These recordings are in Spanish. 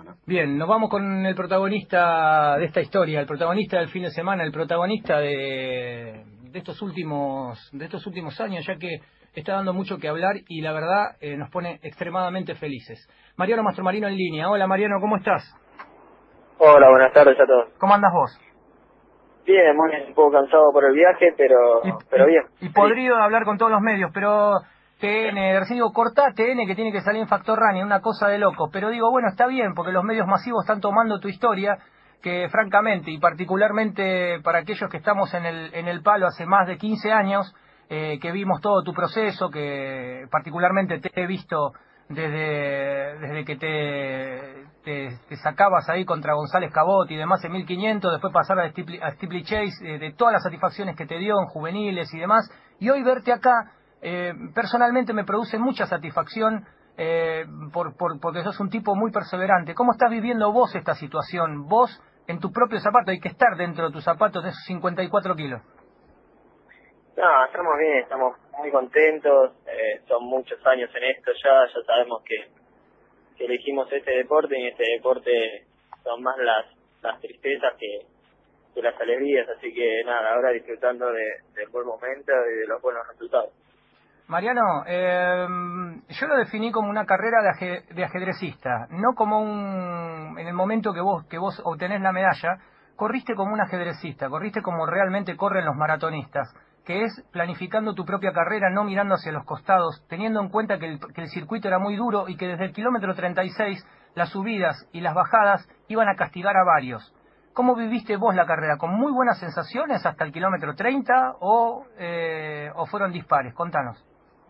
Bien, nos vamos con el protagonista de esta historia, el protagonista del fin de semana, el protagonista de estos últimos años, ya que está dando mucho que hablar y la verdad nos pone extremadamente felices. Mariano Mastromarino en línea. Hola Mariano, ¿cómo estás? Hola, buenas tardes a todos. ¿Cómo andas vos? Bien, muy bien, un poco cansado por el viaje, pero bien. Y podrido de hablar con todos los medios, pero recién digo, cortá TN que tiene que salir en Factor Running, una cosa de loco. Pero digo, bueno, está bien, porque los medios masivos están tomando tu historia, que francamente, y particularmente para aquellos que estamos en el palo hace más de 15 años, que vimos todo tu proceso, que particularmente te he visto desde que te sacabas ahí contra González Cabot y demás en 1500, después pasar a Steeplechase, de todas las satisfacciones que te dio en juveniles y demás, y hoy verte acá, personalmente me produce mucha satisfacción, porque sos un tipo muy perseverante. ¿Cómo estás viviendo vos esta situación? Vos, en tu propio zapato, hay que estar dentro de tus zapatos de esos 54 kilos. No, estamos bien, estamos muy contentos, son muchos años en esto ya sabemos que elegimos este deporte y en este deporte son más las tristezas que las alegrías, así que nada, ahora disfrutando del buen momento y de los buenos resultados. Mariano, yo lo definí como una carrera de ajedrecista, no como en el momento que vos obtenés la medalla, corriste como un ajedrecista, corriste como realmente corren los maratonistas, que es planificando tu propia carrera, no mirando hacia los costados, teniendo en cuenta que el circuito era muy duro y que desde el kilómetro 36 las subidas y las bajadas iban a castigar a varios. ¿Cómo viviste vos la carrera? ¿Con muy buenas sensaciones hasta el kilómetro 30 o fueron dispares? Contanos.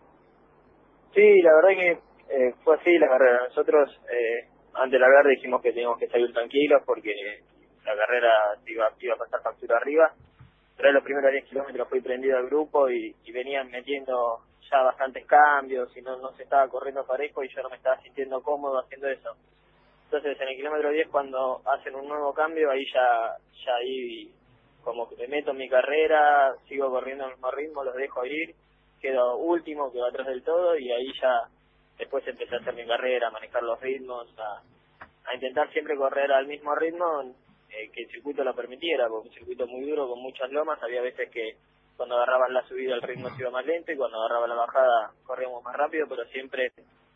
Sí, la verdad que fue así la carrera. Nosotros antes de largar dijimos que teníamos que salir tranquilos porque la carrera iba a pasar factura arriba. Pero en los primeros 10 kilómetros fui prendido al grupo y venían metiendo ya bastantes cambios y no se estaba corriendo parejo y yo no me estaba sintiendo cómodo haciendo eso. Entonces en el kilómetro 10 cuando hacen un nuevo cambio ahí ya ahí como que me meto en mi carrera, sigo corriendo al mismo ritmo, los dejo ir, quedo último, quedo atrás del todo y ahí ya después empecé a hacer mi carrera, a manejar los ritmos, a intentar siempre correr al mismo ritmo que el circuito lo permitiera, porque un circuito muy duro con muchas lomas, había veces que cuando agarraban la subida el ritmo se iba más lento y cuando agarraba la bajada corríamos más rápido, pero siempre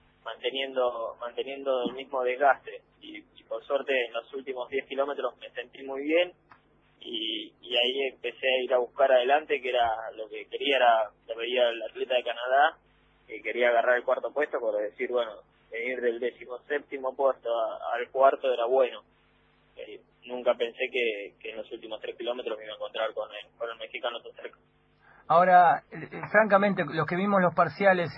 manteniendo el mismo desgaste y por suerte en los últimos 10 kilómetros me sentí muy bien y ahí empecé a ir a buscar adelante, que era lo que quería, lo veía el atleta de Canadá, que quería agarrar el cuarto puesto, por decir, bueno, venir del 17º puesto al cuarto era bueno. Nunca pensé que en los últimos 3 kilómetros me iba a encontrar con el mexicano tan cerca. Ahora, francamente, los que vimos los parciales,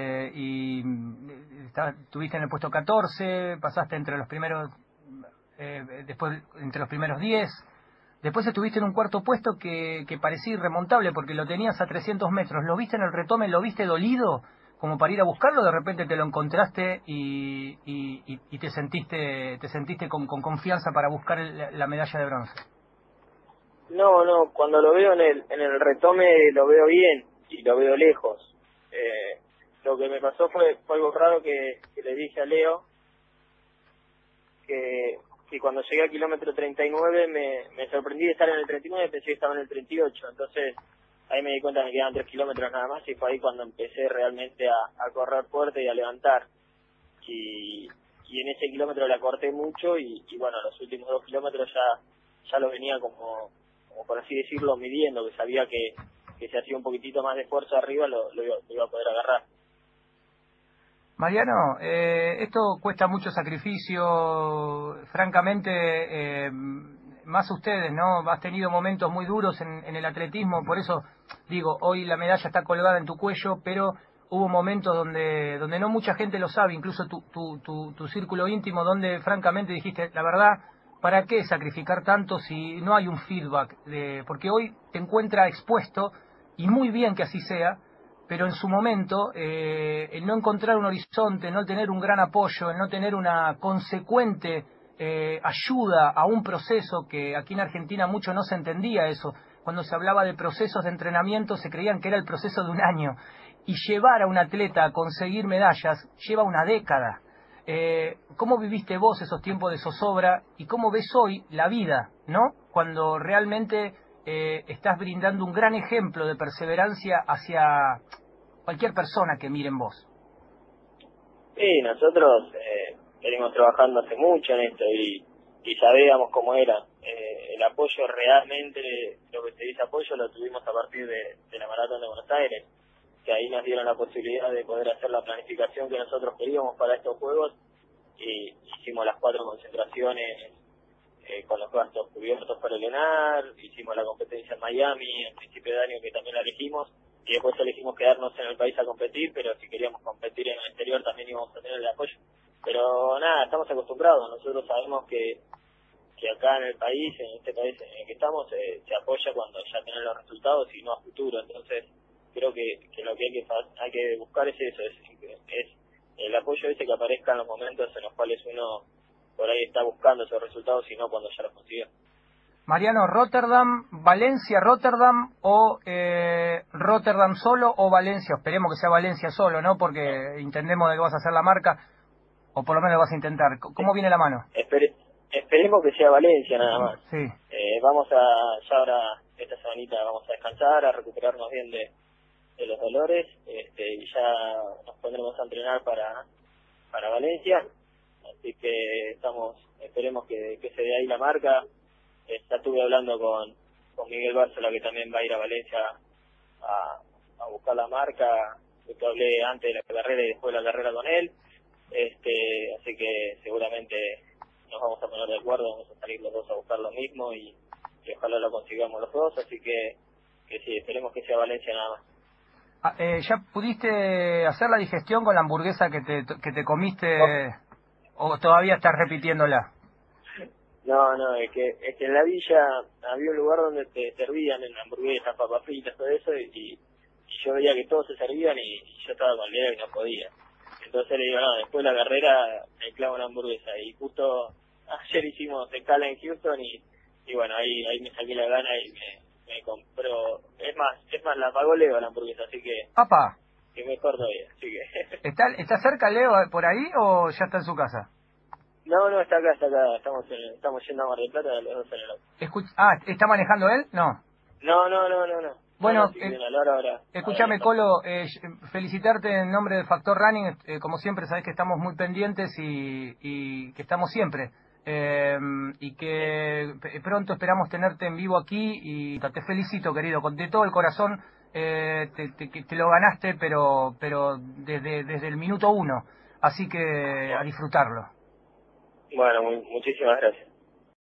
tuviste en el puesto 14, pasaste entre los primeros, después entre los primeros 10, después estuviste en un cuarto puesto que parecía irremontable porque lo tenías a 300 metros. ¿Lo viste en el retome? ¿Lo viste dolido? Como para ir a buscarlo, de repente te lo encontraste y te sentiste con confianza para buscar la medalla de bronce. No, cuando lo veo en el retome lo veo bien y lo veo lejos. Lo que me pasó fue algo raro que le dije a Leo, que cuando llegué al kilómetro 39 me sorprendí de estar en el 39, pensé que estaba en el 38, entonces ahí me di cuenta que me quedaban 3 kilómetros nada más y fue ahí cuando empecé realmente a correr fuerte y a levantar. Y en ese kilómetro la corté mucho y bueno, los últimos 2 kilómetros ya lo venía como por así decirlo, midiendo, que sabía que si hacía un poquitito más de esfuerzo arriba lo iba a poder agarrar. Mariano, esto cuesta mucho sacrificio, francamente, más ustedes, ¿no? Has tenido momentos muy duros en el atletismo, por eso digo, hoy la medalla está colgada en tu cuello, pero hubo momentos donde no mucha gente lo sabe, incluso tu círculo íntimo, donde francamente dijiste, la verdad, ¿para qué sacrificar tanto si no hay un feedback? Porque hoy te encuentra expuesto, y muy bien que así sea, pero en su momento, el no encontrar un horizonte, el no tener un gran apoyo, el no tener una consecuente ayuda a un proceso, que aquí en Argentina mucho no se entendía eso. Cuando se hablaba de procesos de entrenamiento se creían que era el proceso de un año. Y llevar a un atleta a conseguir medallas lleva una década. ¿Cómo viviste vos esos tiempos de zozobra y cómo ves hoy la vida, ¿no? Cuando realmente estás brindando un gran ejemplo de perseverancia hacia cualquier persona que mire en vos. Sí, nosotros venimos trabajando hace mucho en esto y sabíamos cómo era. El apoyo realmente, lo que se dice apoyo, lo tuvimos a partir de la Maratón de Buenos Aires, que ahí nos dieron la posibilidad de poder hacer la planificación que nosotros queríamos para estos Juegos y hicimos las 4 concentraciones con los gastos cubiertos para el ENAR, hicimos la competencia en Miami en principio de año que también la elegimos y después elegimos quedarnos en el país a competir, pero si queríamos competir en el exterior también íbamos a tener el apoyo. Pero nada, estamos acostumbrados, nosotros sabemos que acá en el país, en este país en el que estamos, se apoya cuando ya tienen los resultados y no a futuro. Entonces creo que lo que hay que buscar es eso, es el apoyo ese que aparezca en los momentos en los cuales uno por ahí está buscando esos resultados y no cuando ya los consiguió. Mariano, Rotterdam, Valencia, Rotterdam o Rotterdam solo o Valencia. Esperemos que sea Valencia solo, ¿no? Porque entendemos de que vas a hacer la marca, o por lo menos vas a intentar. ¿Cómo viene la mano? Esperemos que sea Valencia nada más. Sí. Ya ahora, esta semanita vamos a descansar, a recuperarnos bien de los dolores, y ya nos pondremos a entrenar para Valencia. Así que esperemos que se dé ahí la marca. Ya estuve hablando con Miguel Bárcela, que también va a ir a Valencia a buscar la marca. Yo hablé antes de la carrera y después de la carrera con él. Así que seguramente nos vamos a poner de acuerdo, vamos a salir los dos a buscar lo mismo y ojalá lo consigamos los dos. Así que sí, esperemos que sea Valencia nada más. ¿Ya pudiste hacer la digestión con la hamburguesa que te comiste o todavía estás repitiéndola? No, es que en la villa había un lugar donde te servían en hamburguesas, papas fritas, todo eso, y yo veía que todos se servían y yo estaba con Leo y no podía. Entonces le digo, no, después de la carrera me clavo una hamburguesa. Y justo ayer hicimos escala en Houston y bueno, ahí me saqué la gana y me compró. Es más, la pagó Leo la hamburguesa, así que... ¡Papá! Que mejor todavía, así que... ¿Está cerca Leo por ahí o ya está en su casa? No, está acá. Estamos yendo a Mar del Plata los dos en el auto. ¿Está manejando él? No. No. Bueno, ahora. Escúchame, Colo, felicitarte en nombre de Factor Running. Como siempre, sabés que estamos muy pendientes y que estamos siempre. Y que pronto esperamos tenerte en vivo aquí. Y te felicito, querido, de todo el corazón. Te lo ganaste, pero desde el minuto 1. Así que a disfrutarlo. Bueno, muchísimas gracias.